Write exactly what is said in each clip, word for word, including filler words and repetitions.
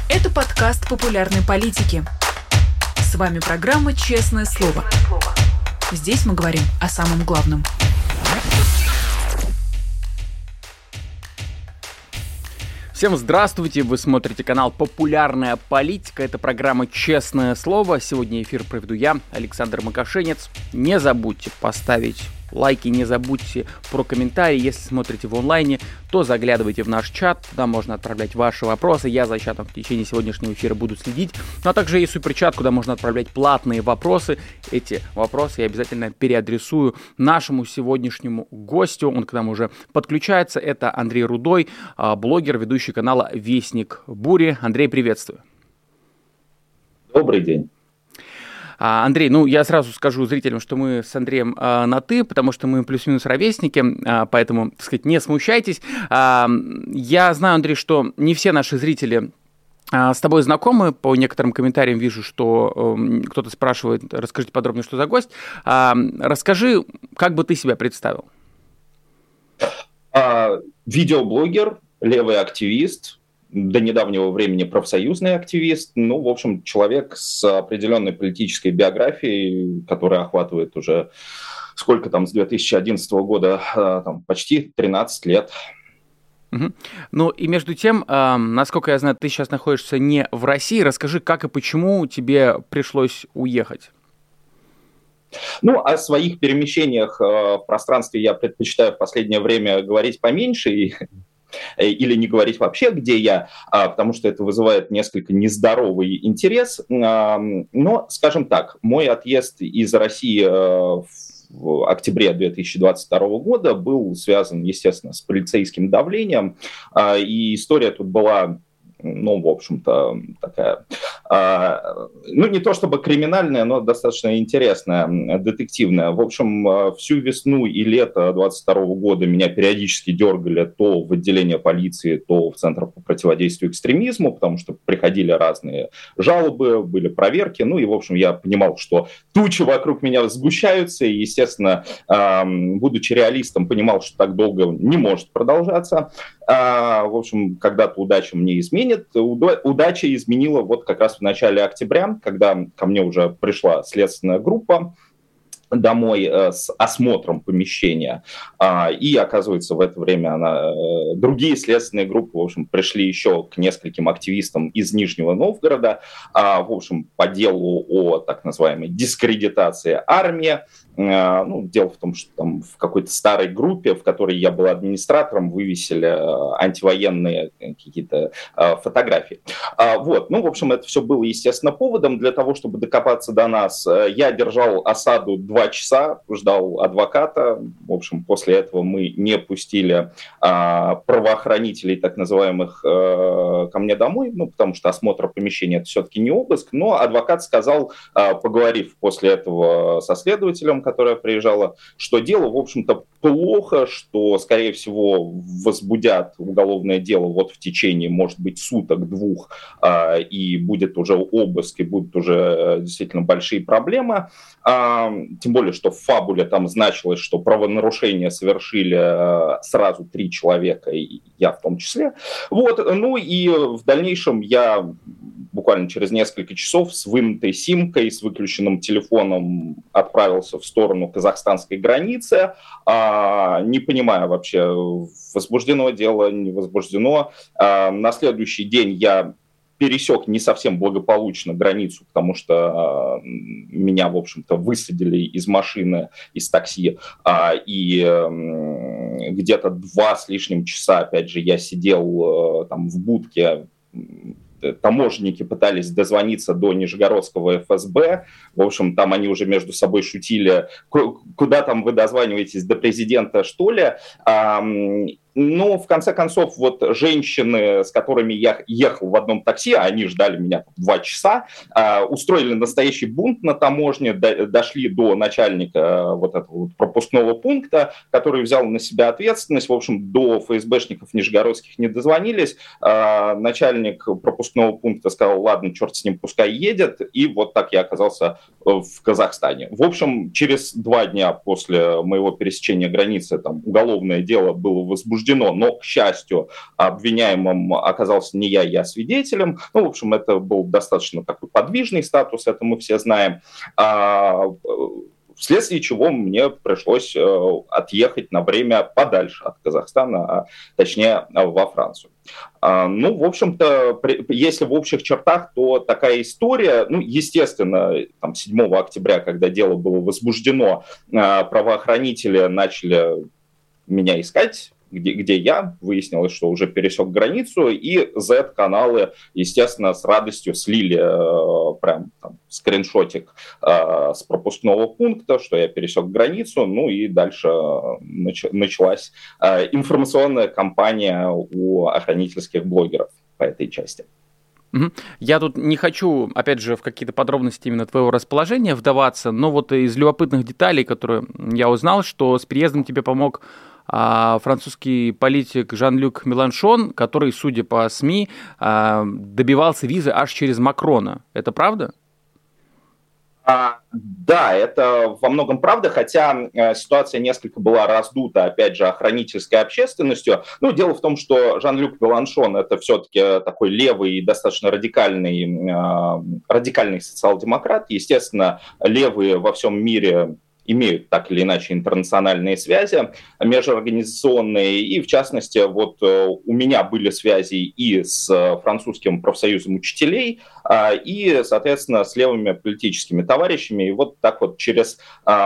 Это подкаст популярной политики. С вами программа «Честное слово». Здесь мы говорим о самом главном. Всем здравствуйте! Вы смотрите канал «Популярная политика». Это программа «Честное слово». Сегодня эфир проведу я, Александр Макашенец. Не забудьте поставить лайки, не забудьте про комментарии. Если смотрите в онлайне, то заглядывайте в наш чат. Туда можно отправлять ваши вопросы. Я за чатом в течение сегодняшнего эфира буду следить. Ну а также есть суперчат, куда можно отправлять платные вопросы. Эти вопросы я обязательно переадресую нашему сегодняшнему гостю. Он к нам уже подключается. Это Андрей Рудой, блогер, ведущий канала «Вестник Бури». Андрей, приветствую. Добрый день. Андрей, ну я сразу скажу зрителям, что мы с Андреем а, на «ты», потому что мы плюс-минус ровесники, а, поэтому, так сказать, не смущайтесь. А, я знаю, Андрей, что не все наши зрители а, с тобой знакомы. По некоторым комментариям вижу, что а, кто-то спрашивает, расскажите подробнее, что за гость. А, расскажи, как бы ты себя представил? А, видеоблогер, левый активист. До недавнего времени профсоюзный активист, ну, в общем, человек с определенной политической биографией, которая охватывает уже сколько там, с две тысячи одиннадцатого года, там, почти тринадцать лет. Угу. Ну и между тем, э, насколько я знаю, ты сейчас находишься не в России. Расскажи, как и почему тебе пришлось уехать? Ну, о своих перемещениях в пространстве я предпочитаю в последнее время говорить поменьше и или не говорить вообще, где я, потому что это вызывает несколько нездоровый интерес. Но, скажем так, мой отъезд из России в октябре две тысячи двадцать второго года был связан, естественно, с полицейским давлением, и история тут была, ну, в общем-то, такая, э, ну, не то чтобы криминальная, но достаточно интересная, детективная. В общем, всю весну и лето двадцать второго года меня периодически дергали то в отделение полиции, то в Центр по противодействию экстремизму, потому что приходили разные жалобы, были проверки. Ну, и, в общем, я понимал, что тучи вокруг меня сгущаются, и, естественно, э, будучи реалистом, понимал, что так долго не может продолжаться. Э, в общем, когда-то удача мне изменит. Удача изменила вот как раз в начале октября, когда ко мне уже пришла следственная группа домой э, с осмотром помещения. А, и, оказывается, в это время она, э, другие следственные группы, в общем, пришли еще к нескольким активистам из Нижнего Новгорода, а, в общем, по делу о так называемой дискредитации армии. Э, ну, дело в том, что там в какой-то старой группе, в которой я был администратором, вывесили э, антивоенные какие-то э, фотографии. А, вот, ну, в общем, это все было, естественно, поводом для того, чтобы докопаться до нас. Я держал осаду два часа, ждал адвоката. В общем, после этого мы не пустили а, правоохранителей, так называемых, а, ко мне домой, ну, потому что осмотр помещения — это все-таки не обыск. Но адвокат сказал, а, поговорив после этого со следователем, которая приезжала, что дело, в общем-то, плохо, что, скорее всего, возбудят уголовное дело вот в течение, может быть, суток-двух, а, и будет уже обыск, и будут уже действительно большие проблемы. А, тем более, что в фабуле там значилось, что правонарушение совершили э, сразу три человека, и я в том числе. Вот, ну и в дальнейшем я буквально через несколько часов с вынутой симкой, с выключенным телефоном отправился в сторону казахстанской границы, э, не понимая вообще, возбуждено дело, не возбуждено. Э, на следующий день я пересек не совсем благополучно границу, потому что э, меня, в общем-то, высадили из машины, из такси, э, и э, где-то два с лишним часа, опять же, я сидел э, там в будке. Таможенники пытались дозвониться до Нижегородского эф эс бэ. В общем, там они уже между собой шутили, куда там вы дозваниваетесь, до президента, что ли? Но, в конце концов, вот женщины, с которыми я ехал в одном такси, они ждали меня два часа, устроили настоящий бунт на таможне, дошли до начальника вот этого вот пропускного пункта, который взял на себя ответственность. В общем, до эф эс бэшников нижегородских не дозвонились. Начальник пропускного пункта сказал, ладно, черт с ним, пускай едет. И вот так я оказался в Казахстане. В общем, через два дня после моего пересечения границы там уголовное дело было возбуждено. возбуждено, но, к счастью, обвиняемым оказался не я, я свидетелем. Ну, в общем, это был достаточно такой подвижный статус, это мы все знаем. Вследствие чего мне пришлось отъехать на время подальше от Казахстана, а точнее во Францию. Ну, в общем-то, если в общих чертах, то такая история, ну, естественно, там, седьмого октября, когда дело было возбуждено, правоохранители начали меня искать, где, где я, выяснилось, что уже пересек границу, и зет-каналы, естественно, с радостью слили э, прям там, скриншотик э, с пропускного пункта, что я пересек границу, ну и дальше нач- началась э, информационная кампания у охранительских блогеров по этой части. Я тут не хочу, опять же, в какие-то подробности именно твоего расположения вдаваться, но вот из любопытных деталей, которые я узнал, что с переездом тебе помог а, французский политик Жан-Люк Меланшон, который, судя по СМИ, а, добивался визы аж через Макрона. Это правда? А, да, это во многом правда, хотя э, ситуация несколько была раздута, опять же, охранительской общественностью. Ну, дело в том, что Жан-Люк Меланшон — это все-таки такой левый и достаточно радикальный, э, радикальный социал-демократ. Естественно, левые во всем мире имеют так или иначе интернациональные связи межорганизационные, и в частности вот у меня были связи и с французским профсоюзом учителей, и, соответственно, с левыми политическими товарищами, и вот так вот через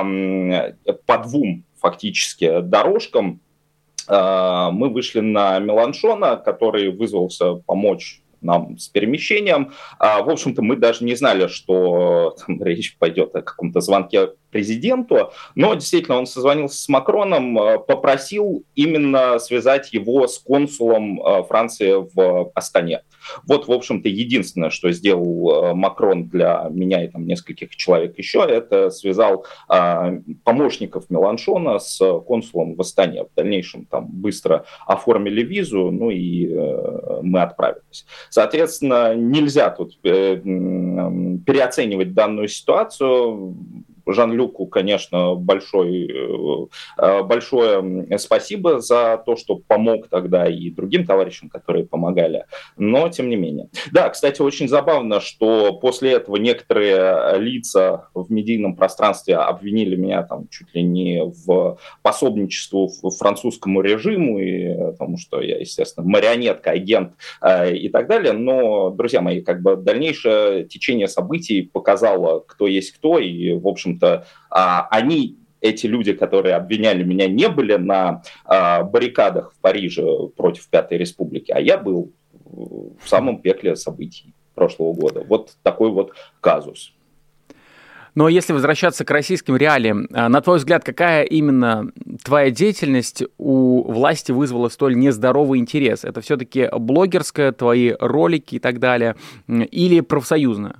по двум фактически дорожкам мы вышли на Меланшона, который вызвался помочь нам с перемещением. В общем-то, мы даже не знали, что там речь пойдет о каком-то звонке президенту, но действительно он созвонился с Макроном, попросил именно связать его с консулом Франции в Астане. Вот, в общем-то, единственное, что сделал Макрон для меня и там нескольких человек еще, это связал помощников Меланшона с консулом в Астане. В дальнейшем там быстро оформили визу, ну и мы отправились. Соответственно, нельзя тут переоценивать данную ситуацию. Жан-Люку, конечно, большой, большое спасибо за то, что помог тогда и другим товарищам, которые помогали, но тем не менее. Да, кстати, очень забавно, что после этого некоторые лица в медийном пространстве обвинили меня там чуть ли не в пособничеству французскому режиму, и, потому что я, естественно, марионетка, агент э, и так далее, но, друзья мои, как бы дальнейшее течение событий показало, кто есть кто, и, в общем-то, они, эти люди, которые обвиняли меня, не были на а, баррикадах в Париже против Пятой Республики, а я был в самом пекле событий прошлого года. Вот такой вот казус. Но если возвращаться к российским реалиям, на твой взгляд, какая именно твоя деятельность у власти вызвала столь нездоровый интерес? Это все-таки блогерская, твои ролики и так далее, или профсоюзная?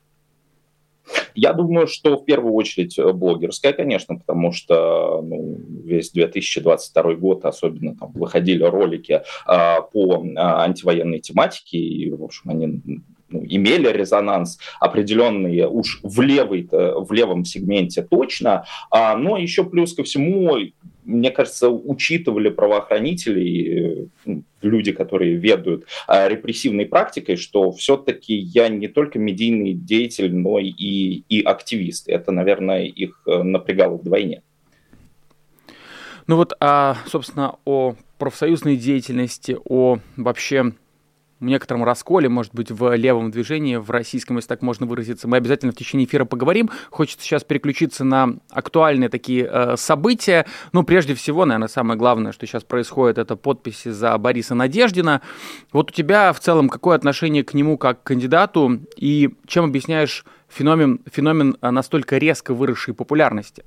Я думаю, что в первую очередь блогерская, конечно, потому что ну, весь две тысячи двадцать второй год, особенно там выходили ролики а, по а, антивоенной тематике, и, в общем, они ну, имели резонанс определенный уж в, левой, в левом сегменте точно, а, но еще плюс ко всему, мне кажется, учитывали правоохранители, люди, которые ведают а, репрессивной практикой, что все-таки я не только медийный деятель, но и, и активист. Это, наверное, их напрягало вдвойне. Ну вот, а, собственно, о профсоюзной деятельности, о вообще некотором расколе, может быть, в левом движении, в российском, если так можно выразиться, мы обязательно в течение эфира поговорим. Хочется сейчас переключиться на актуальные такие э, события. Ну, прежде всего, наверное, самое главное, что сейчас происходит, это подписи за Бориса Надеждина. Вот у тебя в целом какое отношение к нему как к кандидату, и чем объясняешь феномен, феномен настолько резко выросшей популярности?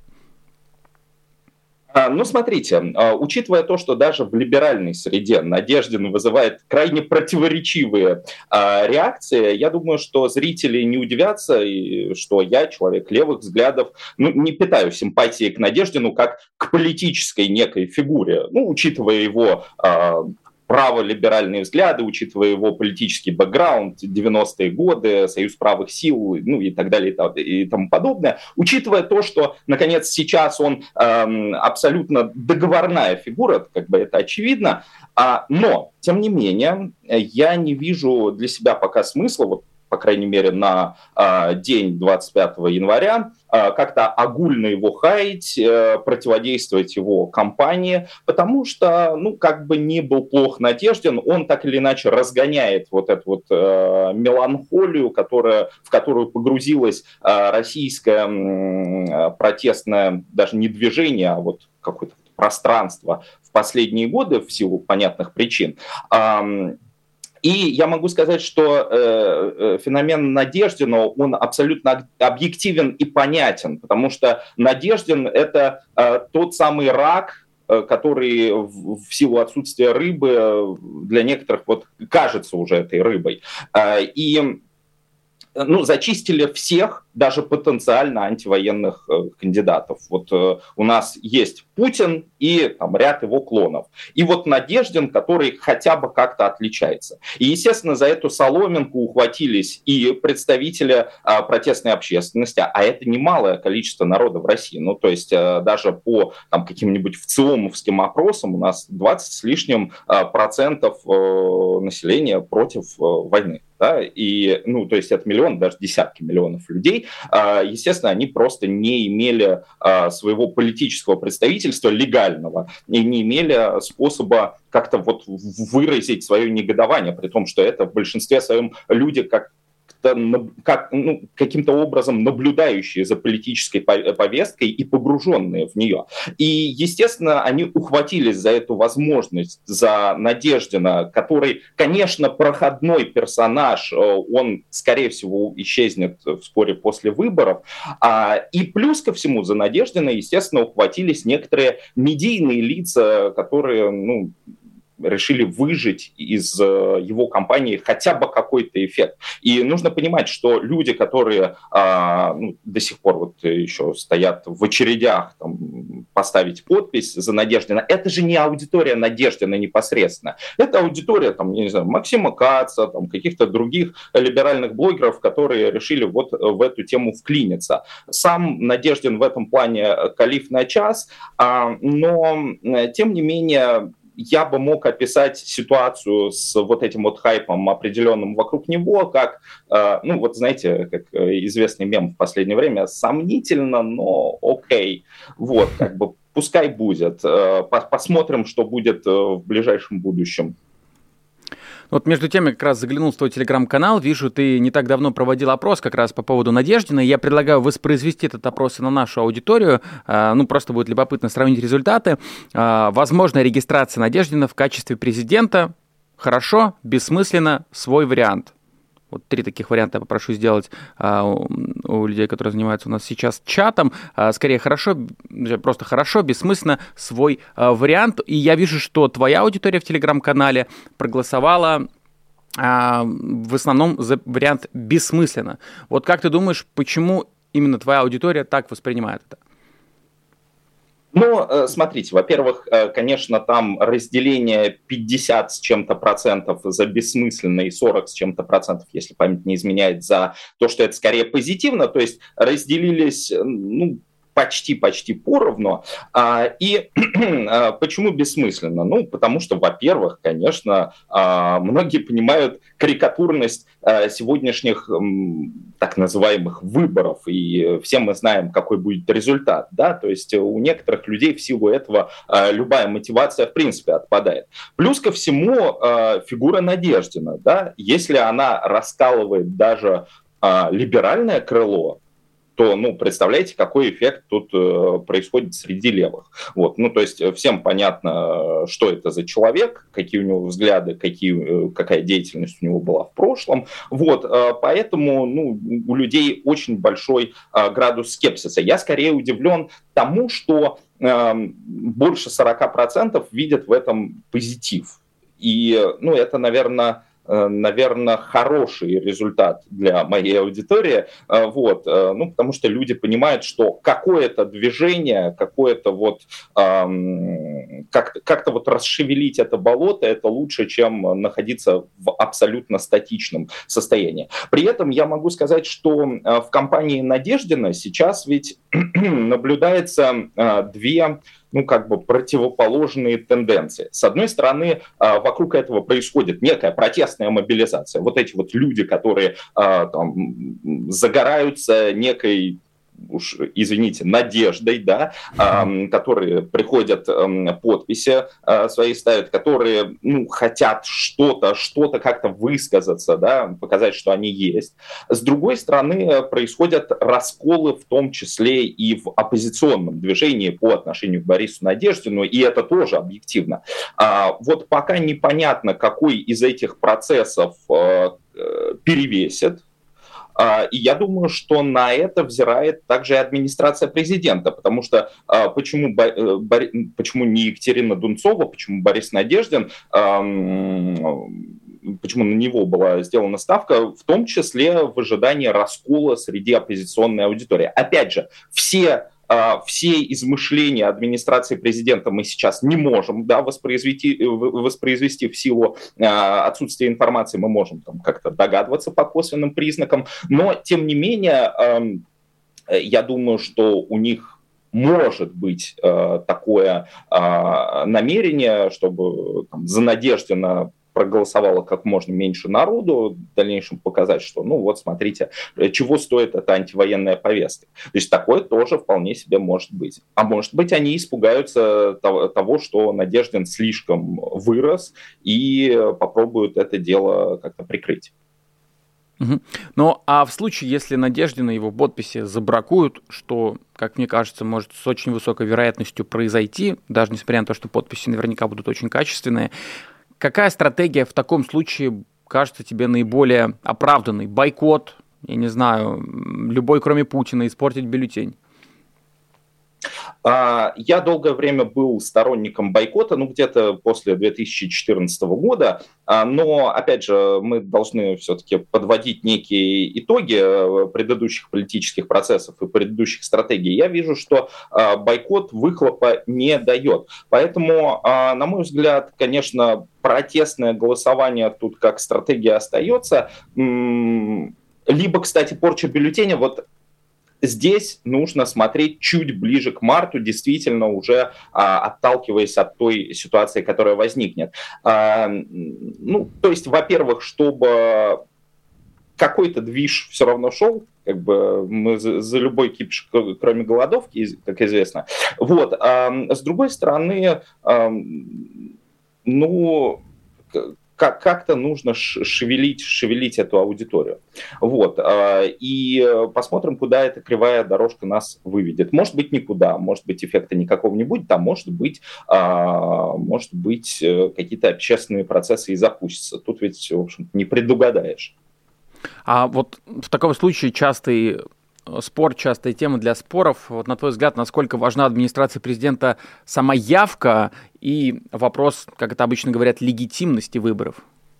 Ну, смотрите, учитывая то, что даже в либеральной среде Надеждин вызывает крайне противоречивые реакции, я думаю, что зрители не удивятся, и что я, человек левых взглядов, ну, не питаю симпатии к Надеждину как к политической некой фигуре. Ну, учитывая его праволиберальные взгляды, учитывая его политический бэкграунд, девяностые годы, Союз правых сил, ну и так далее и тому подобное, учитывая то, что, наконец, сейчас он эм, абсолютно договорная фигура, как бы это очевидно, а, но, тем не менее, я не вижу для себя пока смысла, вот, по крайней мере, на э, день двадцать пятого января, э, как-то огульно его хаять, э, противодействовать его кампании, потому что, ну, как бы ни был плох Надеждин, он так или иначе разгоняет вот эту вот э, меланхолию, которая, в которую погрузилось э, российское э, протестное, даже не движение, а вот какое-то пространство в последние годы в силу понятных причин. Э, И я могу сказать, что э, феномен Надеждина, он абсолютно объективен и понятен, потому что Надеждин – это э, тот самый рак, э, который в, в силу отсутствия рыбы для некоторых вот кажется уже этой рыбой. Э, и ну, зачистили всех, даже потенциально антивоенных э, кандидатов. Вот э, у нас есть Путин и там, ряд его клонов. И вот Надеждин, который хотя бы как-то отличается. И, естественно, за эту соломинку ухватились и представители э, протестной общественности, а это немалое количество народа в России. Ну, то есть э, даже по там, каким-нибудь вциомовским опросам у нас двадцать с лишним э, процентов э, населения против э, войны. Да? И, ну, то есть это миллион, даже десятки миллионов людей. Естественно, они просто не имели своего политического представительства легального и не имели способа как-то вот выразить свое негодование, при том, что это в большинстве своем люди как как, ну, каким-то образом наблюдающие за политической повесткой и погруженные в нее. И, естественно, они ухватились за эту возможность, за Надеждина, который, конечно, проходной персонаж, он, скорее всего, исчезнет вскоре после выборов. И плюс ко всему за Надеждина, естественно, ухватились некоторые медийные лица, которые, ну, решили выжать из его кампании хотя бы какой-то эффект. И нужно понимать, что люди, которые а, ну, до сих пор вот еще стоят в очередях там, поставить подпись за Надеждина, это же не аудитория Надеждина непосредственно. Это аудитория, там, я не знаю, Максима Каца, там, каких-то других либеральных блогеров, которые решили вот в эту тему вклиниться. Сам Надеждин в этом плане калиф на час, а, но тем не менее я бы мог описать ситуацию с вот этим вот хайпом определенным вокруг него, как, э, ну вот знаете, как известный мем в последнее время, сомнительно, но окей. Вот, как бы пускай будет. Э, посмотрим, что будет в ближайшем будущем. Вот между тем я как раз заглянул в твой телеграм-канал, вижу, ты не так давно проводил опрос как раз по поводу Надеждина, и я предлагаю воспроизвести этот опрос на нашу аудиторию, ну просто будет любопытно сравнить результаты. Возможная регистрация Надеждина в качестве президента, хорошо, бессмысленно, свой вариант. Вот три таких варианта я попрошу сделать а, у, у людей, которые занимаются у нас сейчас чатом. А, скорее хорошо, просто хорошо, бессмысленно свой а, вариант. И я вижу, что твоя аудитория в телеграм-канале проголосовала а, в основном за вариант бессмысленно. Вот как ты думаешь, почему именно твоя аудитория так воспринимает это? Ну, смотрите, во-первых, конечно, там разделение пятьдесят с чем-то процентов за бессмысленно и сорок с чем-то процентов, если память не изменяет, за то, что это скорее позитивно, то есть разделились, ну, почти-почти поровну. И почему бессмысленно? Ну, потому что, во-первых, конечно, многие понимают карикатурность сегодняшних так называемых выборов, и все мы знаем, какой будет результат, да, то есть у некоторых людей в силу этого любая мотивация в принципе отпадает. Плюс ко всему фигура Надеждина, да, если она раскалывает даже либеральное крыло, то, ну, представляете, какой эффект тут э, происходит среди левых. Вот, ну, то есть всем понятно, что это за человек, какие у него взгляды, какие, э, какая деятельность у него была в прошлом. Вот, э, поэтому, ну, у людей очень большой э, градус скепсиса. Я скорее удивлен тому, что э, больше сорок процентов видят в этом позитив. И, ну, это, наверное, наверное, хороший результат для моей аудитории, вот, ну, потому что люди понимают, что какое-то движение, какое-то вот как-то, как-то вот расшевелить это болото, это лучше, чем находиться в абсолютно статичном состоянии. При этом я могу сказать, что в компании Надеждина сейчас ведь наблюдается две, ну, как бы противоположные тенденции. С одной стороны, вокруг этого происходит некая протестная мобилизация. Вот эти вот люди, которые там загораются некой, уж извините, надеждой, да, э, которые приходят, э, подписи э, свои ставят, которые, ну, хотят что-то, что-то как-то высказаться, да, показать, что они есть. С другой стороны, происходят расколы, в том числе и в оппозиционном движении по отношению к Борису Надеждину, и это тоже объективно. А, вот пока непонятно, какой из этих процессов э, перевесит. И я думаю, что на это взирает также и администрация президента, потому что почему, почему не Екатерина Дунцова, почему Борис Надеждин, почему на него была сделана ставка, в том числе в ожидании раскола среди оппозиционной аудитории. Опять же, все... Все измышления администрации президента мы сейчас не можем, да, воспроизвести, воспроизвести в силу отсутствия информации, мы можем там как-то догадываться по косвенным признакам, но тем не менее, я думаю, что у них может быть такое намерение, чтобы там, за Надеждина проголосовало как можно меньше народу, в дальнейшем показать, что, ну вот, смотрите, чего стоит эта антивоенная повестка. То есть такое тоже вполне себе может быть. А может быть, они испугаются того, что Надеждин слишком вырос, и попробуют это дело как-то прикрыть. Угу. Ну, а в случае, если Надеждина его подписи забракуют, что, как мне кажется, может с очень высокой вероятностью произойти, даже несмотря на то, что подписи наверняка будут очень качественные, какая стратегия в таком случае кажется тебе наиболее оправданной? Бойкот, я не знаю, любой, кроме Путина, испортить бюллетень? Я долгое время был сторонником бойкота, ну где-то после две тысячи четырнадцатого года, но, опять же, мы должны все-таки подводить некие итоги предыдущих политических процессов и предыдущих стратегий. Я вижу, что бойкот выхлопа не дает. Поэтому, на мой взгляд, конечно, протестное голосование тут как стратегия остается. Либо, кстати, порча бюллетеня, вот здесь нужно смотреть чуть ближе к марту, действительно уже а, отталкиваясь от той ситуации, которая возникнет. А, ну, то есть, во-первых, чтобы какой-то движ все равно шел, как бы мы за, за любой кипиш, кроме голодовки, как известно. Вот. А, с другой стороны, а, ну... как-то нужно шевелить, шевелить эту аудиторию. Вот. И посмотрим, куда эта кривая дорожка нас выведет. Может быть, никуда, может быть, эффекта никакого не будет, там может быть, может быть, какие-то общественные процессы и запустятся. Тут ведь, в общем, не предугадаешь. А вот в таком случае частый спор, частая тема для споров. Вот на твой взгляд, насколько важна администрации президента сама явка и вопрос, как это обычно говорят, легитимности выборов?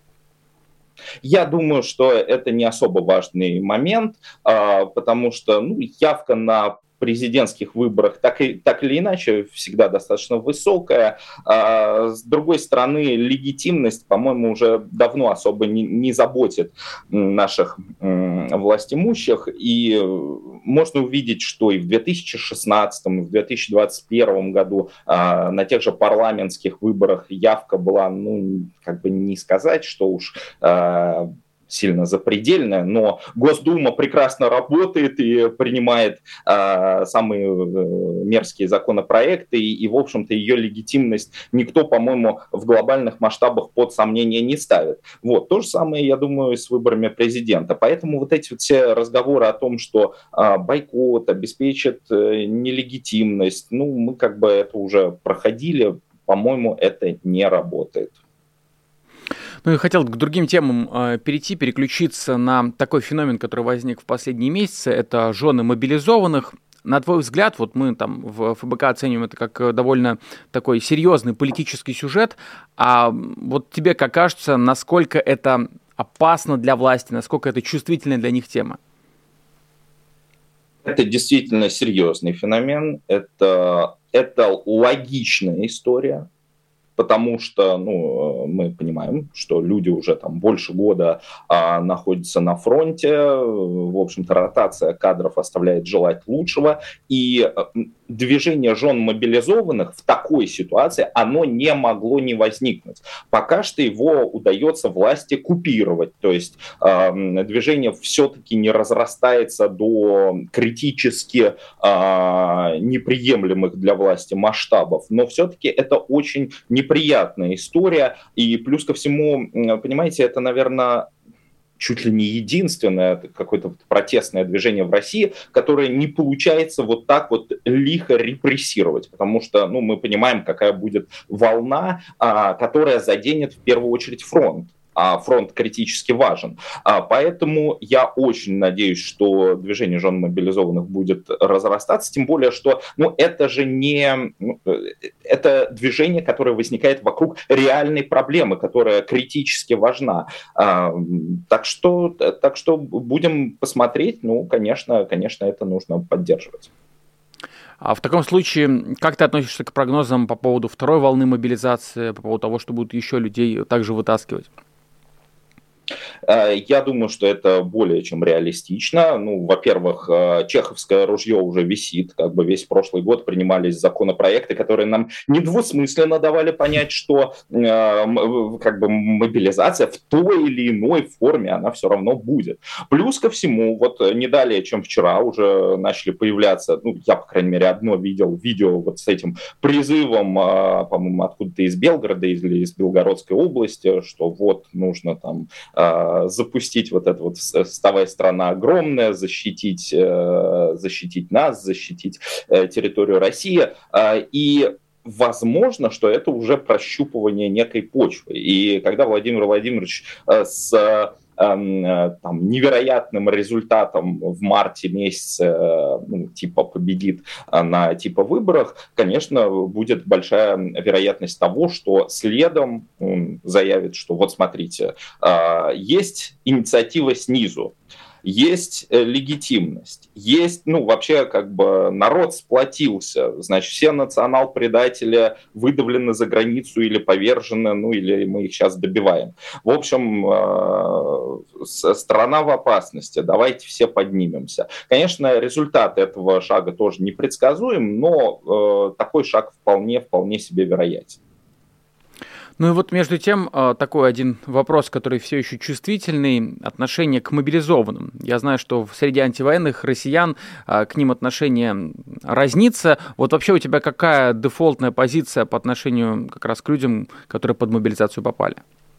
Я думаю, что это не особо важный момент, потому что ну, явка на президентских выборах так, и, так или иначе всегда достаточно высокая. А, с другой стороны, легитимность, по-моему, уже давно особо не, не заботит наших м, властимущих. И можно увидеть, что и в две тысячи шестнадцатом, и в две тысячи двадцать первом году а, на тех же парламентских выборах явка была, ну, как бы не сказать, что уж... А, сильно запредельная, но Госдума прекрасно работает и принимает э, самые э, мерзкие законопроекты, и, и, в общем-то, ее легитимность никто, по-моему, в глобальных масштабах под сомнение не ставит. Вот. То же самое, я думаю, с выборами президента. Поэтому вот эти вот все разговоры о том, что э, бойкот обеспечит э, нелегитимность, ну, мы как бы это уже проходили, по-моему, это не работает. Ну и хотел к другим темам э, перейти, переключиться на такой феномен, который возник в последние месяцы. Это жены мобилизованных. На твой взгляд, вот мы там в эф бэ ка оцениваем это как довольно такой серьезный политический сюжет, а вот тебе как кажется, насколько это опасно для власти, насколько это чувствительная для них тема? Это действительно серьезный феномен, это, это логичная история, потому что, ну, мы понимаем, что люди уже там больше года а, находятся на фронте, в общем-то, ротация кадров оставляет желать лучшего, и движение жен мобилизованных в такой ситуации, оно не могло не возникнуть. Пока что его удается власти купировать, то есть э, движение все-таки не разрастается до критически э, неприемлемых для власти масштабов, но все-таки это очень неприятная история, и плюс ко всему, понимаете, это, наверное, чуть ли не единственное какое-то протестное движение в России, которое не получается вот так вот лихо репрессировать, потому что, ну, мы понимаем, какая будет волна, а, которая заденет в первую очередь фронт. А фронт критически важен. А поэтому я очень надеюсь, что движение жен мобилизованных будет разрастаться, тем более, что ну, это же не... Ну, это движение, которое возникает вокруг реальной проблемы, которая критически важна. А, так, что, так что будем посмотреть. Ну, конечно, конечно, это нужно поддерживать. А в таком случае, как ты относишься к прогнозам по поводу второй волны мобилизации, по поводу того, что будут еще людей также вытаскивать? Я думаю, что это более чем реалистично. Ну, во-первых, чеховское ружье уже висит. Как бы весь прошлый год принимались законопроекты, которые нам недвусмысленно давали понять, что как бы мобилизация в той или иной форме, она все равно будет. Плюс ко всему, вот не далее, чем вчера, уже начали появляться, ну, я, по крайней мере, одно видел, видео вот с этим призывом, по-моему, откуда-то из Белгорода или из Белгородской области, что вот нужно там запустить вот это вот «Вставай, страна огромная», защитить, защитить нас, защитить территорию России. И возможно, что это уже прощупывание некой почвы. И когда Владимир Владимирович с там, невероятным результатом в марте месяце, ну, типа победит на типа выборах, конечно, будет большая вероятность того, что следом он заявит, что вот смотрите, есть инициатива снизу, есть легитимность, есть, ну, вообще, как бы народ сплотился, значит, все национал-предатели выдавлены за границу или повержены, ну, или мы их сейчас добиваем. В общем, страна в опасности, давайте все поднимемся. Конечно, результат этого шага тоже непредсказуем, но такой шаг вполне, вполне себе вероятен. Ну и вот между тем, такой один вопрос, который все еще чувствительный, отношение к мобилизованным. Я знаю, что среди антивоенных россиян к ним отношение разнится. Вот вообще у тебя какая дефолтная позиция по отношению как раз к людям, которые под мобилизацию попали?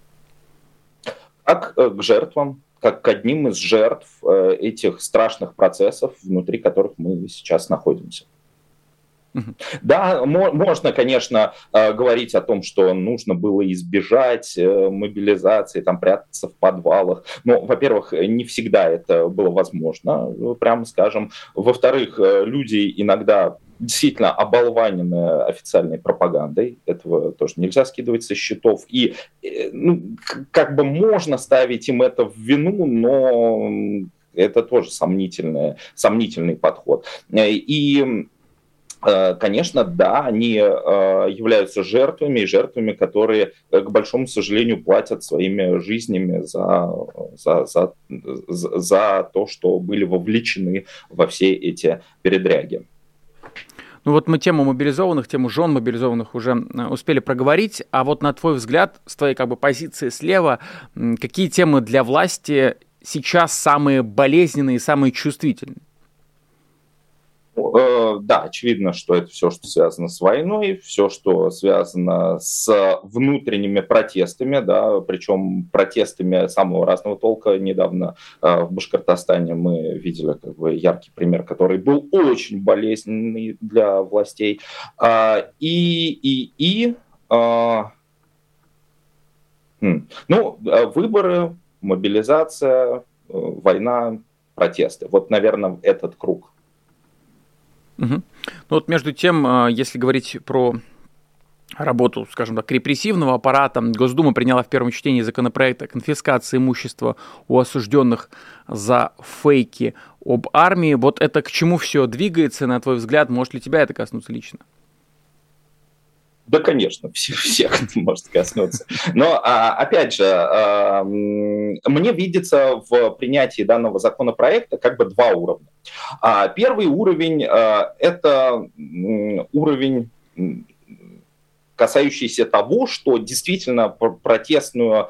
Как к жертвам, как к одним из жертв этих страшных процессов, внутри которых мы сейчас находимся. Да, можно, конечно, говорить о том, что нужно было избежать мобилизации, там, прятаться в подвалах. Но, во-первых, не всегда это было возможно, прямо скажем. Во-вторых, люди иногда действительно оболванены официальной пропагандой. Этого тоже нельзя скидывать со счетов. И, ну, как бы можно ставить им это в вину, но это тоже сомнительный, сомнительный подход. И конечно, да, они являются жертвами, и жертвами, которые, к большому сожалению, платят своими жизнями за, за, за, за то, что были вовлечены во все эти передряги. Ну вот мы тему мобилизованных, тему жен мобилизованных уже успели проговорить, а вот на твой взгляд, с твоей как бы позиции слева, какие темы для власти сейчас самые болезненные и самые чувствительные? Да, очевидно, что это все, что связано с войной, все, что связано с внутренними протестами, да, причем протестами самого разного толка. Недавно в Башкортостане мы видели как бы яркий пример, который был очень болезненный для властей. И, и, и ну, выборы, мобилизация, война, протесты. Вот, наверное, этот круг. Угу. Ну вот между тем, если говорить про работу, скажем так, репрессивного аппарата. Госдума приняла в первом чтении законопроект о конфискации имущества у осужденных за фейки об армии. Вот это к чему все двигается, на твой взгляд? Может ли тебя это коснуться лично? Да, конечно, всех, всех это может коснуться. Но, опять же, мне видится в принятии данного законопроекта как бы два уровня. Первый уровень – это уровень, касающийся того, что действительно протестную,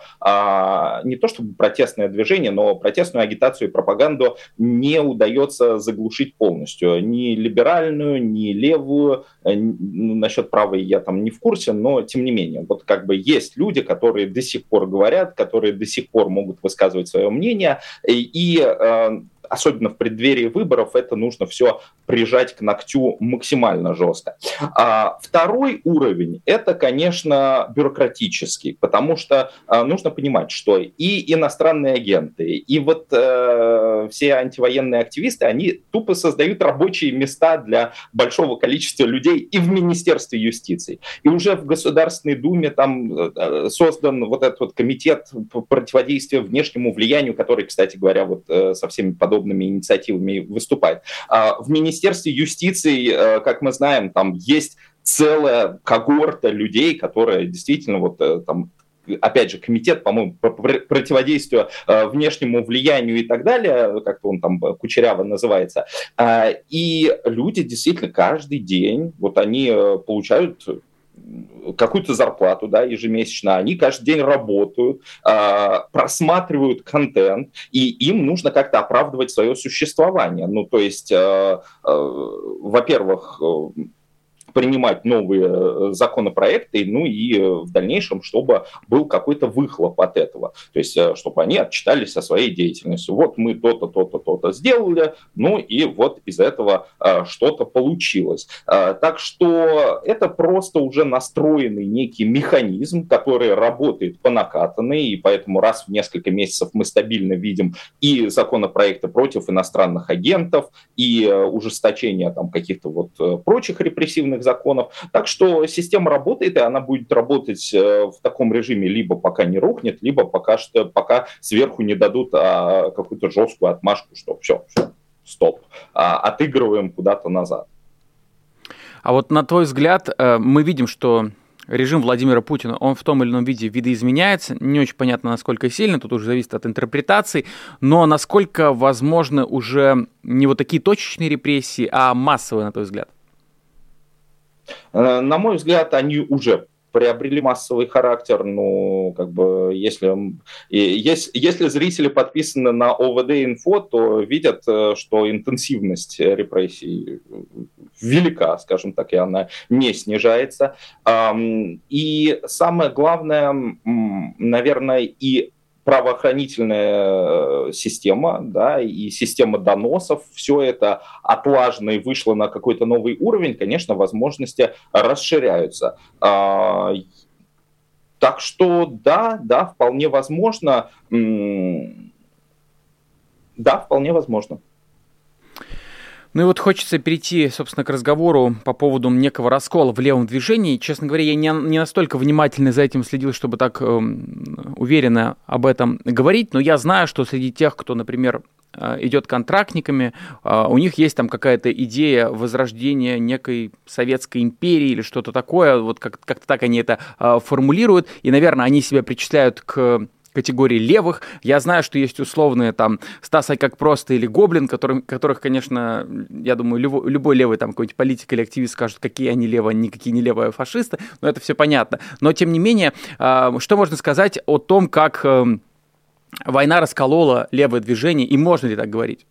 не то чтобы протестное движение, но протестную агитацию и пропаганду не удается заглушить полностью. Ни либеральную, ни левую. Насчет правой я там не в курсе, но тем не менее. Вот как бы есть люди, которые до сих пор говорят, которые до сих пор могут высказывать свое мнение. И особенно в преддверии выборов, это нужно все прижать к ногтю максимально жестко. А второй уровень – это, конечно, бюрократический, потому что а, нужно понимать, что и иностранные агенты, и вот э, все антивоенные активисты, они тупо создают рабочие места для большого количества людей и в Министерстве юстиции. И уже в Государственной Думе там э, создан вот этот вот комитет по противодействию внешнему влиянию, который, кстати говоря, вот э, со всеми подобными инициативами выступает. В Министерстве юстиции, как мы знаем, там есть целая когорта людей, которые действительно вот там, опять же, комитет, по-моему, по противодействию внешнему влиянию и так далее, как-то он там кучеряво называется. И люди действительно каждый день, вот они получают какую-то зарплату, да, ежемесячно, они каждый день работают, э, просматривают контент, и им нужно как-то оправдывать свое существование. Ну, то есть, э, э, во-первых, э, принимать новые законопроекты, ну и в дальнейшем, чтобы был какой-то выхлоп от этого. То есть, чтобы они отчитались о своей деятельности. Вот мы то-то, то-то, то-то сделали, ну и вот из этого а, что-то получилось. А, так что это просто уже настроенный некий механизм, который работает по накатанной, и поэтому раз в несколько месяцев мы стабильно видим и законопроекты против иностранных агентов, и ужесточение там каких-то вот прочих репрессивных законов. Так что система работает, и она будет работать в таком режиме либо пока не рухнет, либо пока, что, пока сверху не дадут а, какую-то жесткую отмашку, что все, все, стоп, а, отыгрываем куда-то назад. А вот на твой взгляд, мы видим, что режим Владимира Путина, он в том или ином виде видоизменяется. Не очень понятно, насколько сильно, тут уже зависит от интерпретаций, но насколько возможны уже не вот такие точечные репрессии, а массовые, на твой взгляд? На мой взгляд, они уже приобрели массовый характер, ну, как бы, если, если, если зрители подписаны на о вэ дэ-инфо, то видят, что интенсивность репрессий велика, скажем так, и она не снижается. И самое главное, наверное, и правоохранительная система, да, и система доносов, все это отлажено и вышло на какой-то новый уровень, конечно, возможности расширяются. А, так что да, да, вполне возможно, да, вполне возможно. Ну и вот хочется перейти, собственно, к разговору по поводу некого раскола в левом движении. Честно говоря, я не, не настолько внимательно за этим следил, чтобы так э, уверенно об этом говорить, но я знаю, что среди тех, кто, например, идет контрактниками, э, у них есть там какая-то идея возрождения некой советской империи или что-то такое, вот как- как-то так они это э, формулируют, и, наверное, они себя причисляют к категории левых. Я знаю, что есть условные там Стас как просто или Гоблин, которым, которых, конечно, я думаю, любой, любой левый там какой-нибудь политик или активист скажет, какие они левые, никакие не левые фашисты, но это все понятно. Но, тем не менее, что можно сказать о том, как война расколола левое движение, и можно ли так говорить?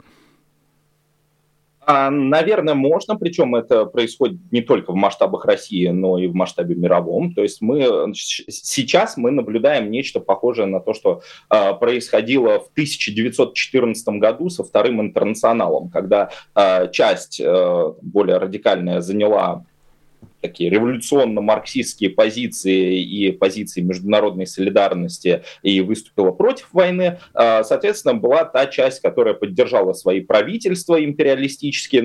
Наверное, можно, причем это происходит не только в масштабах России, но и в масштабе мировом. То есть мы сейчас мы наблюдаем нечто похожее на то, что э, происходило в тысяча девятьсот четырнадцатом году со Вторым интернационалом, когда э, часть э, более радикальная заняла такие революционно-марксистские позиции и позиции международной солидарности и выступила против войны. Соответственно, была та часть, которая поддержала свои правительства империалистические, ну,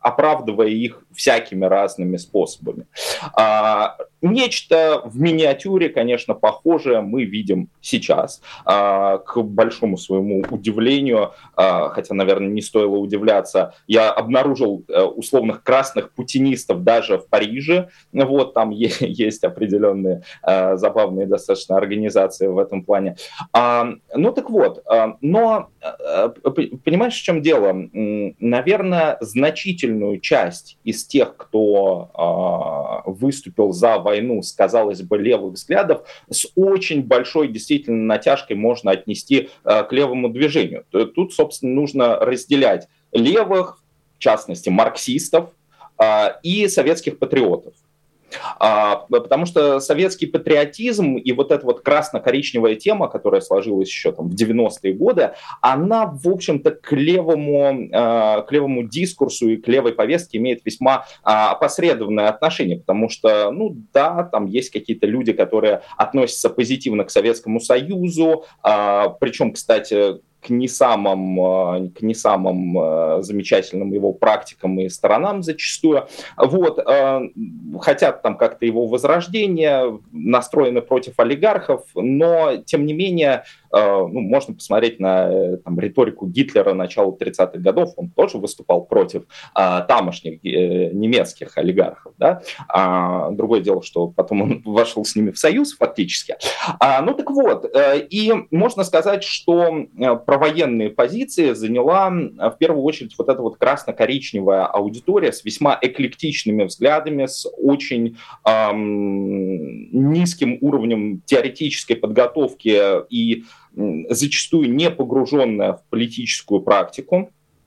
оправдывая их всякими разными способами. А, нечто в миниатюре, конечно, похожее мы видим сейчас. А, к большому своему удивлению, а, хотя, наверное, не стоило удивляться, я обнаружил а, условных красных путинистов даже в Париже. Вот, там е- есть определенные а, забавные достаточно организации в этом плане. А, ну так вот, а, но а, понимаешь, в чем дело? Наверное, значительную часть из тех, кто а, выступил за войну с, казалось бы, левых взглядов, с очень большой действительно натяжкой можно отнести а, к левому движению. Тут, собственно, нужно разделять левых, в частности, марксистов а, и советских патриотов. А, потому что советский патриотизм и вот эта вот красно-коричневая тема, которая сложилась еще там в девяностые годы, она, в общем-то, к левому, а, к левому дискурсу и к левой повестке имеет весьма а, опосредованное отношение, потому что, ну да, там есть какие-то люди, которые относятся позитивно к Советскому Союзу, а, причем, кстати, к не самым, к не самым замечательным его практикам и сторонам зачастую. Вот, хотят там как-то его возрождения, настроены против олигархов, но, тем не менее, ну, можно посмотреть на там, риторику Гитлера начала тридцатых годов, он тоже выступал против а, тамошних э, немецких олигархов. Да? А, другое дело, что потом он вошел с ними в союз фактически. А, ну так вот, э, и можно сказать, что провоенные позиции заняла в первую очередь вот эта вот красно-коричневая аудитория с весьма эклектичными взглядами, с очень эм, низким уровнем теоретической подготовки и зачастую не погруженная в политическую практику.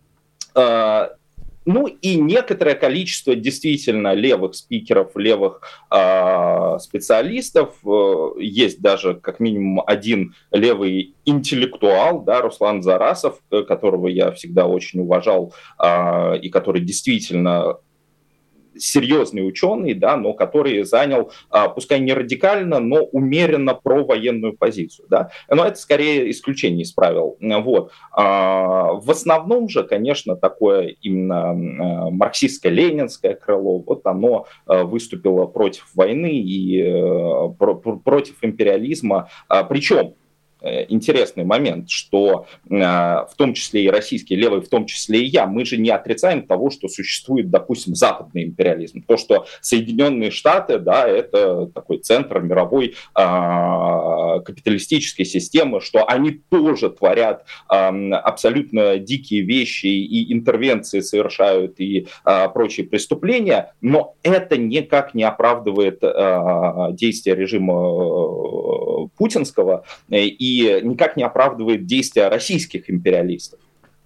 Ну и некоторое количество действительно левых спикеров, левых э, специалистов. Есть даже как минимум один левый интеллектуал, да, Руслан Зарасов, которого я всегда очень уважал э, и который действительно серьезный ученый, да, но который занял, а, пускай не радикально, но умеренно провоенную позицию. Да. Но это скорее исключение из правил. Вот. А, в основном же, конечно, такое именно а, марксистско-ленинское крыло, вот оно а, выступило против войны и а, про, про, против империализма. А, причем интересный момент, что э, в том числе и российские левые, в том числе и я, мы же не отрицаем того, что существует, допустим, западный империализм. То, что Соединенные Штаты, да, это такой центр мировой э, капиталистической системы, что они тоже творят э, абсолютно дикие вещи и интервенции совершают и э, прочие преступления, но это никак не оправдывает э, действия режима э, путинского и и никак не оправдывает действия российских империалистов.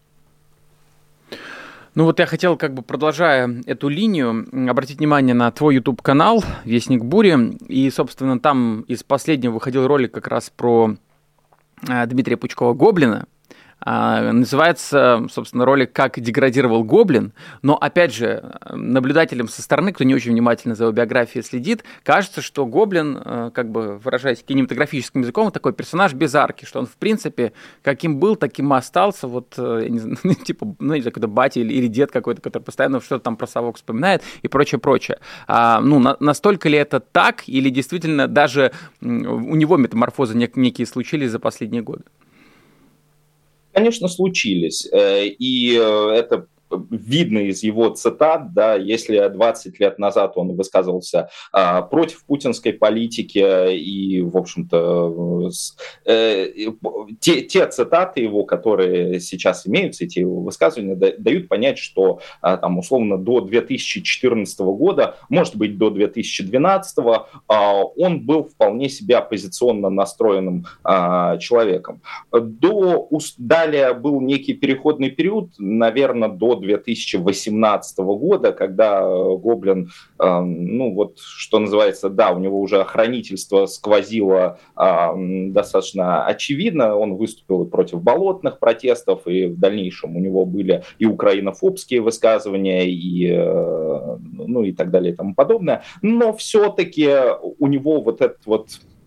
Ну вот я хотел, как бы продолжая эту линию, обратить внимание на твой YouTube-канал «Вестник бури». И, собственно, там из последнего выходил ролик как раз про Дмитрия Пучкова-Гоблина. А, называется, собственно, ролик «Как деградировал Гоблин». Но, опять же, наблюдателям со стороны, кто не очень внимательно за его биографией следит, кажется, что Гоблин, как бы выражаясь кинематографическим языком, такой персонаж без арки, что он, в принципе, каким был, таким и остался. Вот, я не знаю, типа, ну, не знаю, какой-то батя или, или дед какой-то, который постоянно что-то там про совок вспоминает и прочее, прочее. А, ну, на, настолько ли это так, или действительно даже у него метаморфозы нек- некие случились за последние годы? Конечно, случились, и это видно из его цитат, да, если двадцать лет назад он высказывался а, против путинской политики и, в общем-то, с, э, те, те цитаты его, которые сейчас имеются, эти его высказывания, да, дают понять, что а, там, условно, до две тысячи четырнадцатого года, может быть, до две тысячи двенадцатого, а, он был вполне себе оппозиционно настроенным а, человеком. До, далее был некий переходный период, наверное, до две тысячи восемнадцатого года, когда Гоблин, э, ну вот, что называется, да, у него уже охранительство сквозило э, достаточно очевидно, он выступил и против болотных протестов, и в дальнейшем у него были и украинофобские высказывания, и, э, ну и так далее и тому подобное, но все-таки у него вот этот вот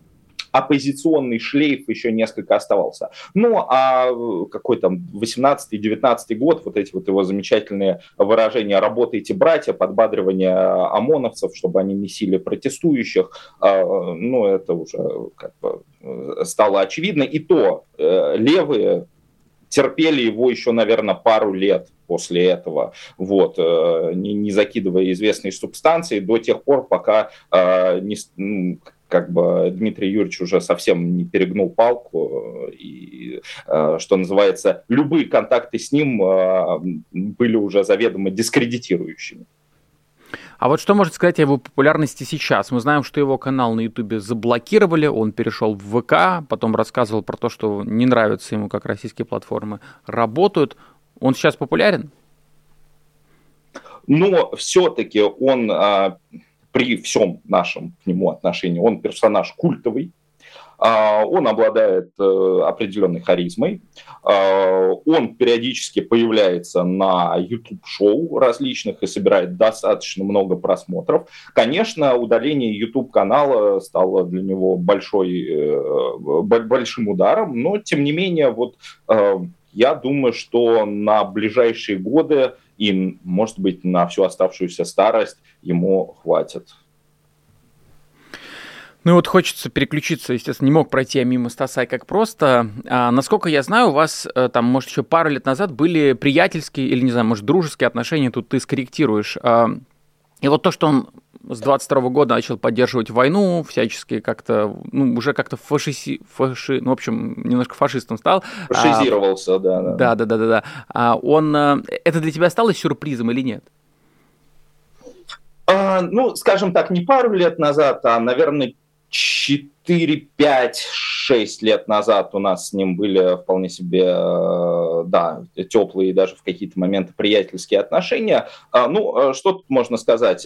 оппозиционный шлейф еще несколько оставался. Ну, а какой там восемнадцатый-девятнадцатый год, вот эти вот его замечательные выражения «работайте, братья», подбадривание ОМОНовцев, чтобы они месили протестующих, ну, это уже как бы стало очевидно. И то левые терпели его еще, наверное, пару лет после этого, вот, не, не закидывая известные субстанции до тех пор, пока не, как бы Дмитрий Юрьевич уже совсем не перегнул палку, и, что называется, любые контакты с ним были уже заведомо дискредитирующими. А вот что можно сказать о его популярности сейчас? Мы знаем, что его канал на Ютубе заблокировали, он перешел в ВК, потом рассказывал про то, что не нравится ему, как российские платформы работают. Он сейчас популярен? Но все-таки он, а, при всем нашем к нему отношении, он персонаж культовый. Он обладает определенной харизмой, он периодически появляется на YouTube-шоу различных и собирает достаточно много просмотров. Конечно, удаление YouTube-канала стало для него большой, большим ударом, но тем не менее, вот, я думаю, что на ближайшие годы и, может быть, на всю оставшуюся старость ему хватит. Ну и вот хочется переключиться, естественно, не мог пройти я мимо Стаса как просто. А, насколько я знаю, у вас там, может, еще пару лет назад были приятельские или, не знаю, может, дружеские отношения, тут ты скорректируешь. А, и вот то, что он с двадцать второго года начал поддерживать войну, всячески как-то, ну, уже как-то фашиси, фаши, ну, в общем, немножко фашистом стал. Фашизировался, а, да, да. Да, да, да, да, да. А он, это для тебя стало сюрпризом или нет? А, ну, скажем так, не пару лет назад, а, наверное, четыре, пять, шесть лет назад у нас с ним были вполне себе, да, теплые, даже в какие-то моменты приятельские отношения. Ну, что тут можно сказать?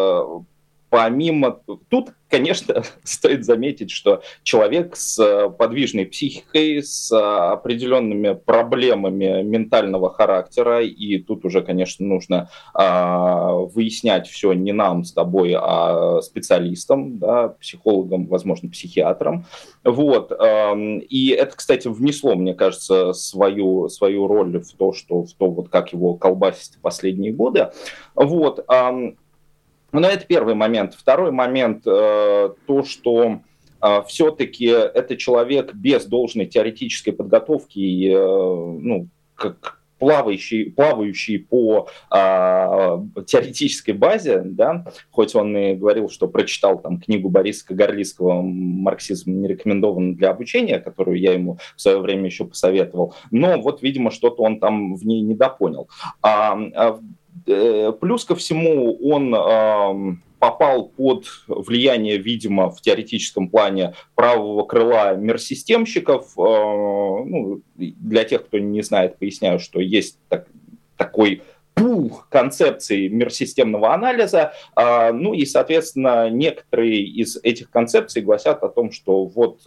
Помимо... Тут, конечно, стоит заметить, что человек с подвижной психикой, с определенными проблемами ментального характера, и тут уже, конечно, нужно а, выяснять все не нам с тобой, а специалистам, да, психологам, возможно, психиатрам. Вот. А, и это, кстати, внесло, мне кажется, свою, свою роль в то, что, в то, вот как его колбасить в последние годы. Вот. А, Но это первый момент. Второй момент, э, то, что э, все-таки это человек без должной теоретической подготовки, и, э, ну, как плавающий, плавающий по э, теоретической базе, да, хоть он и говорил, что прочитал там книгу Бориса Кагарлицкого «Марксизм не рекомендован для обучения», которую я ему в свое время еще посоветовал, но вот, видимо, что-то он там в ней недопонял. А, а Плюс ко всему он э, попал под влияние, видимо, в теоретическом плане правого крыла мирсистемщиков. Э, ну, для тех, кто не знает, поясняю, что есть так, такой пул концепций мирсистемного анализа. Э, ну и, соответственно, некоторые из этих концепций гласят о том, что вот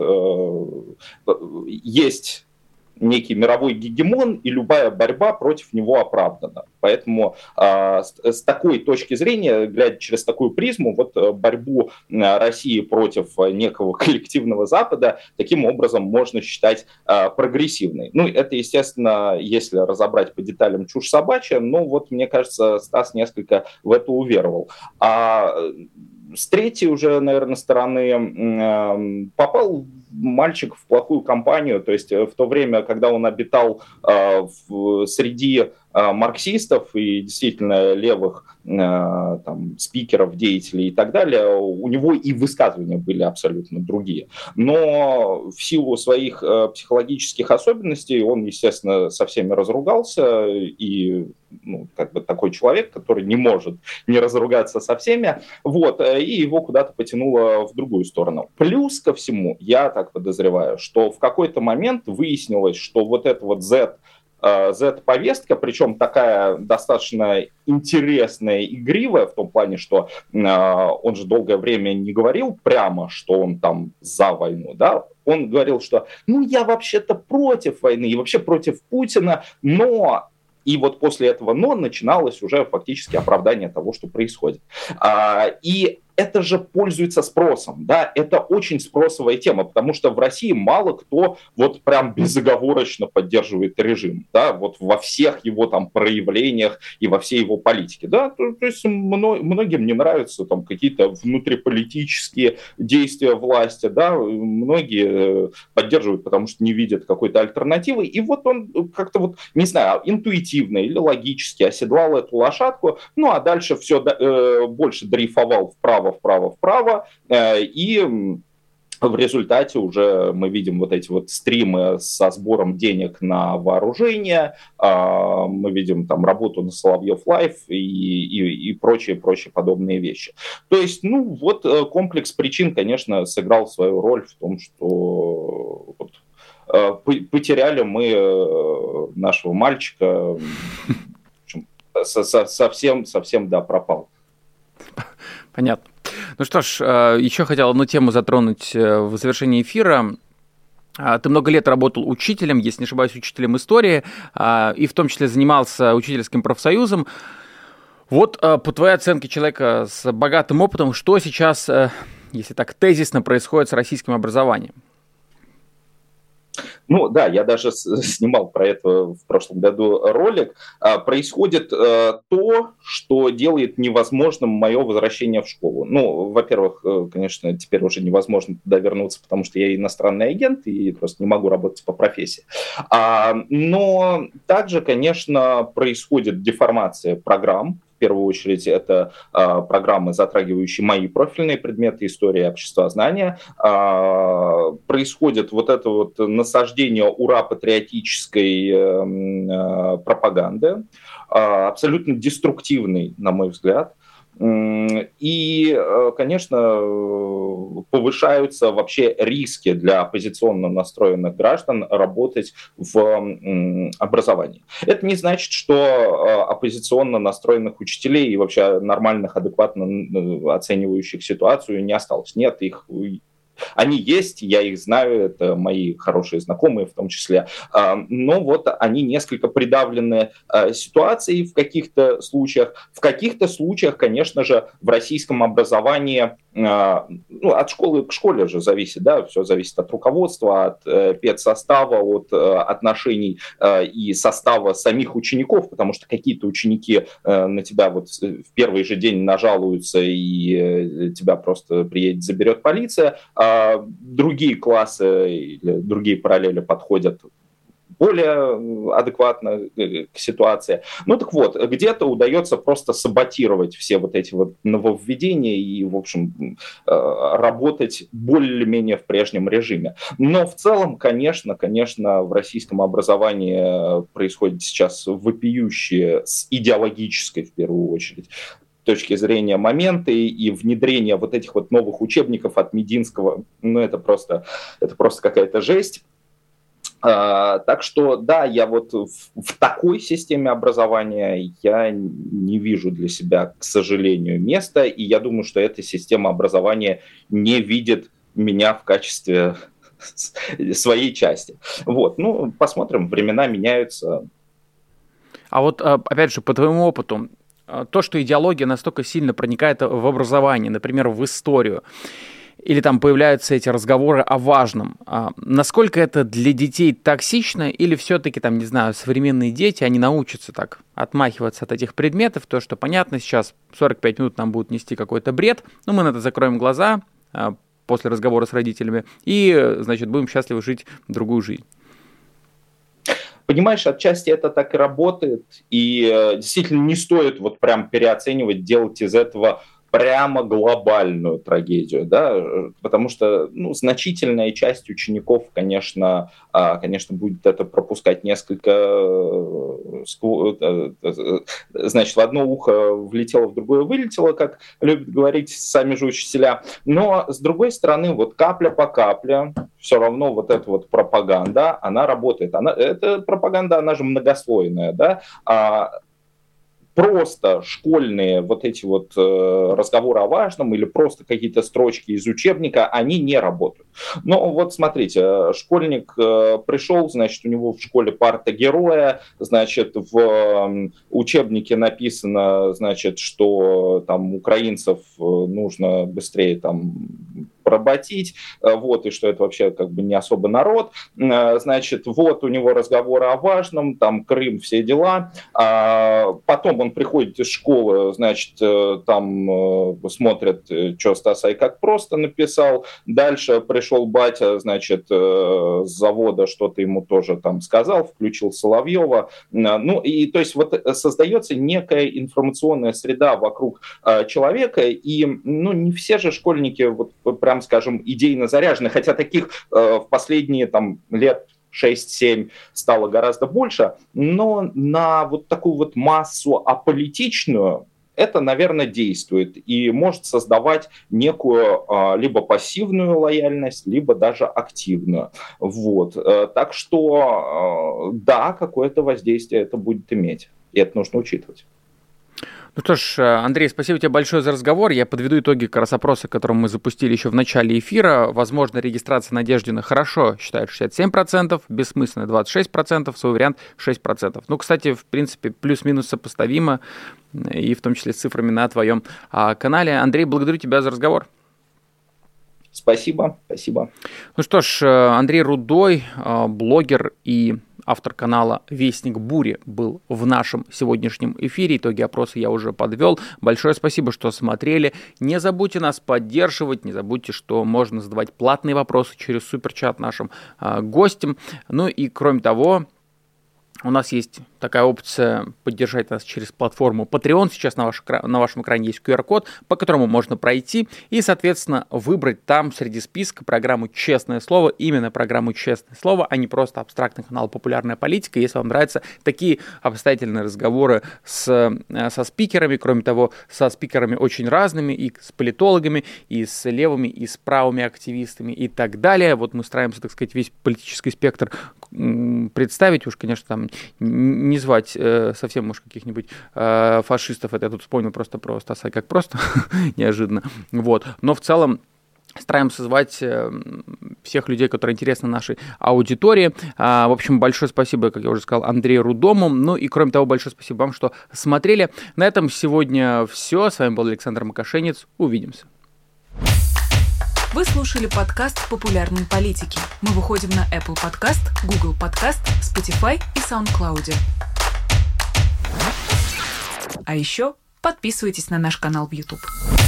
э, есть некий мировой гегемон, и любая борьба против него оправдана. Поэтому э, с, с такой точки зрения, глядя через такую призму, вот э, борьбу э, России против э, некого коллективного Запада таким образом можно считать э, прогрессивной. Ну, это, естественно, если разобрать по деталям, чушь собачья, но вот, мне кажется, Стас несколько в это уверовал. А с третьей уже, наверное, стороны э, попал мальчик в плохую компанию, то есть в то время, когда он обитал э, в, среди э, марксистов и действительно левых э, там, спикеров, деятелей и так далее, у него и высказывания были абсолютно другие. Но в силу своих э, психологических особенностей он, естественно, со всеми разругался, и ну, как бы такой человек, который не может не разругаться со всеми, вот, и его куда-то потянуло в другую сторону. Плюс ко всему, я так подозреваю, что в какой-то момент выяснилось, что вот это вот Z, Z-повестка, причем такая достаточно интересная, игривая, в том плане, что он же долгое время не говорил прямо, что он там за войну, да, он говорил, что ну я вообще-то против войны и вообще против Путина, но... И вот после этого «но» начиналось уже фактически оправдание того, что происходит. И это же пользуется спросом, да, это очень спросовая тема, потому что в России мало кто вот прям безоговорочно поддерживает режим, да, вот во всех его там проявлениях и во всей его политике, да, то, то есть многим не нравятся там какие-то внутриполитические действия власти, да, многие поддерживают, потому что не видят какой-то альтернативы, и вот он как-то вот, не знаю, интуитивно или логически оседлал эту лошадку, ну, а дальше все э, больше дрейфовал вправо, вправо, вправо, и в результате уже мы видим вот эти вот стримы со сбором денег на вооружение, мы видим там работу на Соловьев Лайв и, и, и прочие, прочие подобные вещи. То есть, ну, вот комплекс причин, конечно, сыграл свою роль в том, что вот, потеряли мы нашего мальчика, совсем, совсем, да, пропал. Понятно. Ну что ж, еще хотел одну тему затронуть в завершении эфира. Ты много лет работал учителем, если не ошибаюсь, учителем истории, и в том числе занимался учительским профсоюзом. Вот по твоей оценке человека с богатым опытом, что сейчас, если так тезисно, происходит с российским образованием? Ну да, я даже снимал про это в прошлом году ролик. Происходит то, что делает невозможным мое возвращение в школу. Ну, во-первых, конечно, теперь уже невозможно туда вернуться, потому что я иностранный агент и просто не могу работать по профессии. Но также, конечно, происходит деформация программ. В первую очередь, это э, программы, затрагивающие мои профильные предметы истории, обществознания. Э, происходит вот это вот насаждение ура-патриотической э, э, пропаганды, э, абсолютно деструктивной, на мой взгляд. И, конечно, повышаются вообще риски для оппозиционно настроенных граждан работать в образовании. Это не значит, что оппозиционно настроенных учителей и вообще нормальных, адекватно оценивающих ситуацию не осталось. Нет, их... Они есть, я их знаю, это мои хорошие знакомые в том числе, но вот они несколько придавлены ситуацией в каких-то случаях. В каких-то случаях, конечно же, в российском образовании, ну, от школы к школе же зависит, да, все зависит от руководства, от педсостава, от отношений и состава самих учеников, потому что какие-то ученики на тебя вот в первый же день нажалуются и тебя просто приедет, заберет полиция, другие классы или другие параллели подходят более адекватно к ситуации. Ну так вот, где-то удается просто саботировать все вот эти вот нововведения и, в общем, работать более-менее в прежнем режиме. Но в целом, конечно, конечно, в российском образовании происходит сейчас вопиющие с идеологической, в первую очередь, точки зрения моменты и внедрение вот этих вот новых учебников от Мединского, ну это просто, это просто какая-то жесть. А, так что да, я вот в, в такой системе образования я не вижу для себя, к сожалению, места, и я думаю, что эта система образования не видит меня в качестве своей части. Вот, ну посмотрим, времена меняются. А вот опять же по твоему опыту, то, что идеология настолько сильно проникает в образование, например, в историю, или там появляются эти разговоры о важном, насколько это для детей токсично, или все-таки, там, не знаю, современные дети, они научатся так отмахиваться от этих предметов, то, что понятно, сейчас сорок пять минут нам будут нести какой-то бред, но мы на это закроем глаза после разговора с родителями и, значит, будем счастливы жить другую жизнь. Понимаешь, отчасти это так и работает, и э, действительно не стоит вот прям переоценивать, делать из этого прямо глобальную трагедию, да, потому что, ну, значительная часть учеников, конечно, конечно, будет это пропускать несколько, значит, в одно ухо влетело, в другое вылетело, как любят говорить сами же учителя, но, с другой стороны, вот капля по капле, все равно вот эта вот пропаганда, она работает, она, эта пропаганда, она же многослойная, да, просто школьные вот эти вот э, разговоры о важном или просто какие-то строчки из учебника, они не работают. Но вот смотрите, школьник э, пришел, значит, у него в школе парта героя, значит, в э, учебнике написано, значит, что там украинцев нужно быстрее там проботить, вот, и что это вообще как бы не особо народ, значит, вот у него разговоры о важном, там Крым, все дела, потом он приходит из школы, значит, там смотрят, что Стас Ай как просто написал, дальше пришел батя, значит, с завода что-то ему тоже там сказал, включил Соловьева, ну, и то есть вот создается некая информационная среда вокруг человека, и, ну, не все же школьники вот прям, скажем, идейно заряжены, хотя таких э, в последние там лет шесть-семь стало гораздо больше, но на вот такую вот массу аполитичную это, наверное, действует и может создавать некую э, либо пассивную лояльность, либо даже активную. Вот. Э, так что, э, да, какое-то воздействие это будет иметь, и это нужно учитывать. Ну что ж, Андрей, спасибо тебе большое за разговор. Я подведу итоги как раз опроса, который мы запустили еще в начале эфира. Возможно, регистрация Надеждина хорошо считает шестьдесят семь процентов, бессмысленно двадцать шесть процентов, свой вариант шесть процентов. Ну, кстати, в принципе, плюс-минус сопоставимо, и в том числе с цифрами на твоем а, канале. Андрей, благодарю тебя за разговор. Спасибо, спасибо. Ну что ж, Андрей Рудой, блогер и автор канала «Вестник Бури», был в нашем сегодняшнем эфире. Итоги опроса я уже подвел. Большое спасибо, что смотрели. Не забудьте нас поддерживать, не забудьте, что можно задавать платные вопросы через суперчат нашим э, гостям. Ну и кроме того, у нас есть такая опция поддержать нас через платформу Patreon. Сейчас на, ваш, на вашем экране есть ку ар код, по которому можно пройти и, соответственно, выбрать там среди списка программу «Честное слово», именно программу «Честное слово», а не просто абстрактный канал «Популярная политика». Если вам нравятся такие обстоятельные разговоры с, со спикерами, кроме того, со спикерами очень разными, и с политологами, и с левыми, и с правыми активистами и так далее. Вот мы стараемся, так сказать, весь политический спектр представить, уж, конечно, там не звать э, совсем уж каких-нибудь э, фашистов, это я тут вспомнил просто про Стаса как просто, неожиданно, вот, но в целом стараемся звать э, всех людей, которые интересны нашей аудитории. А, в общем, большое спасибо, как я уже сказал, Андрею Рудому, ну и кроме того, большое спасибо вам, что смотрели. На этом сегодня все, с вами был Александр Макашенец, увидимся. Вы слушали подкаст «Популярные политики». Мы выходим на Apple Podcast, Google Podcast, Spotify и SoundCloud. А еще подписывайтесь на наш канал в YouTube.